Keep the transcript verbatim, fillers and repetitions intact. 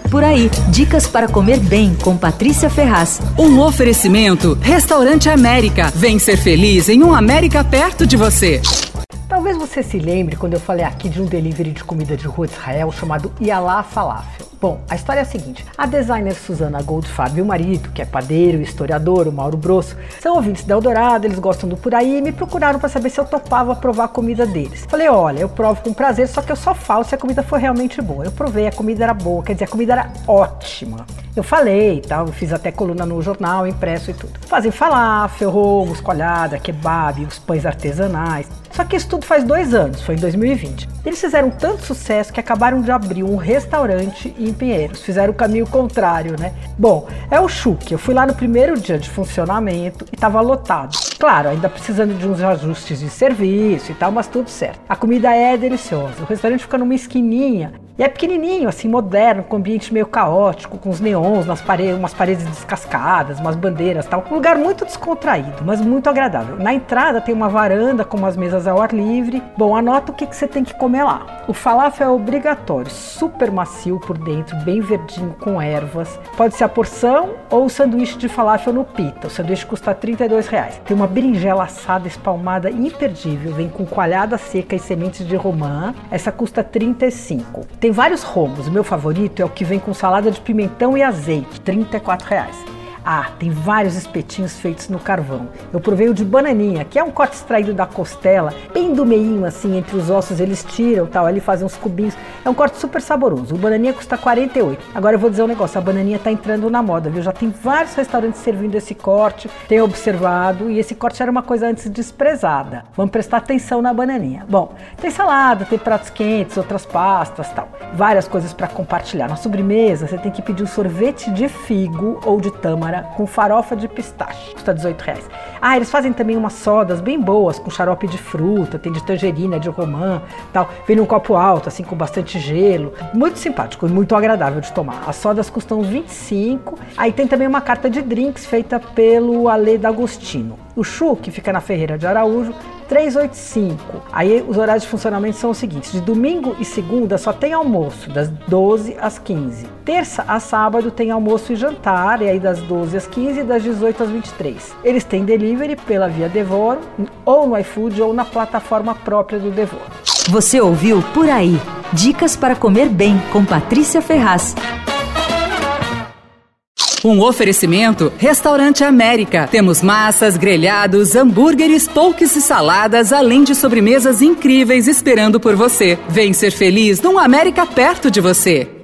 Por Aí, dicas para comer bem com Patrícia Ferraz. Um oferecimento, Restaurante América. Vem ser feliz em um América perto de você. Talvez você se lembre quando eu falei aqui de um delivery de comida de rua de Israel chamado Yalá Falafel. Bom, a história é a seguinte: a designer Susana Goldfarb e o marido, que é padeiro e historiador, o Mauro Brosso, são ouvintes da Eldorado, eles gostam do Por Aí e me procuraram para saber se eu topava provar a comida deles. Falei, olha, eu provo com prazer, só que eu só falo se a comida for realmente boa. Eu provei, a comida era boa, quer dizer, a comida era ótima. Eu falei e tal, eu fiz até coluna no jornal, impresso e tudo. Fazem falafel, romos, coalhada, kebab, os pães artesanais. Só que isso tudo faz dois anos, foi em dois mil e vinte. Eles fizeram tanto sucesso que acabaram de abrir um restaurante em Pinheiros. Fizeram o caminho contrário, né? Bom, é o Chuque. Eu fui lá no primeiro dia de funcionamento e estava lotado. Claro, ainda precisando de uns ajustes de serviço e tal, mas tudo certo. A comida é deliciosa. O restaurante fica numa esquininha e é pequenininho, assim, moderno, com um ambiente meio caótico, com os neons nas paredes, umas paredes descascadas, umas bandeiras e tal. Um lugar muito descontraído, mas muito agradável. Na entrada tem uma varanda com umas mesas ao ar livre. Bom, anota o que, que você tem que comer lá. O falafel é obrigatório, super macio por dentro, bem verdinho, com ervas. Pode ser a porção ou o sanduíche de falafel no pita. O sanduíche custa trinta e dois reais. Tem uma berinjela assada espalmada imperdível, vem com coalhada seca e sementes de romã. Essa custa trinta e cinco. Tem vários romos, o meu favorito é o que vem com salada de pimentão e azeite, trinta e quatro reais. Ah, tem vários espetinhos feitos no carvão. Eu provei o de bananinha, que é um corte extraído da costela, bem do meinho, assim, entre os ossos eles tiram, tal, ali fazem uns cubinhos. É um corte super saboroso. O bananinha custa quarenta e oito. Agora eu vou dizer um negócio, a bananinha tá entrando na moda, viu? Já tem vários restaurantes servindo esse corte, tenho observado, e esse corte era uma coisa antes desprezada. Vamos prestar atenção na bananinha. Bom, tem salada, tem pratos quentes, outras pastas, tal. Várias coisas para compartilhar. Na sobremesa, você tem que pedir um sorvete de figo ou de tâmara com farofa de pistache, custa dezoito reais. Ah, eles fazem também umas sodas bem boas, com xarope de fruta, tem de tangerina, de romã, tal. Vem num copo alto, assim, com bastante gelo. Muito simpático e muito agradável de tomar. As sodas custam vinte e cinco reais. Aí tem também uma carta de drinks feita pelo Ale D'Agostino. O Chuque fica na Ferreira de Araújo, trezentos e oitenta e cinco. Aí os horários de funcionamento são os seguintes: de domingo e segunda só tem almoço, das doze às quinze. Terça a sábado tem almoço e jantar, e aí das doze às quinze e das dezoito às vinte e três. Eles têm delivery pela Via Devoro, ou no iFood, ou na plataforma própria do Devoro. Você ouviu Por Aí, dicas para comer bem com Patrícia Ferraz. Um oferecimento, Restaurante América. Temos massas, grelhados, hambúrgueres, poutes e saladas, além de sobremesas incríveis esperando por você. Vem ser feliz num América perto de você.